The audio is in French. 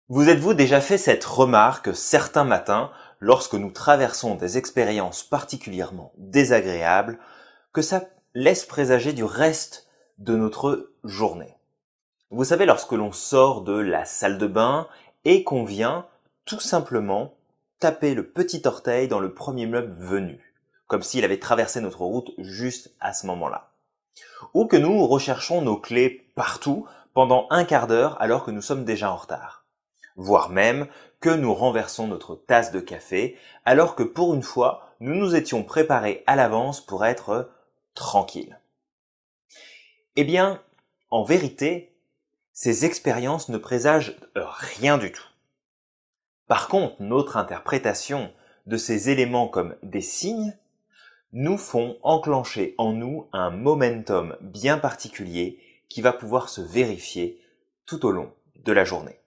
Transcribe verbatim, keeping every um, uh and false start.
Vous êtes-vous déjà fait cette remarque certains matins, lorsque nous traversons des expériences particulièrement désagréables, que ça laisse présager du reste de notre journée? Vous savez, lorsque l'on sort de la salle de bain et qu'on vient tout simplement taper le petit orteil dans le premier meuble venu, comme s'il avait traversé notre route juste à ce moment-là. Ou que nous recherchons nos clés partout pendant un quart d'heure alors que nous sommes déjà en retard. Voire même que nous renversons notre tasse de café alors que pour une fois, nous nous étions préparés à l'avance pour être tranquilles. Eh bien, en vérité, ces expériences ne présagent rien du tout. Par contre, notre interprétation de ces éléments comme des signes nous font enclencher en nous un momentum bien particulier qui va pouvoir se vérifier tout au long de la journée.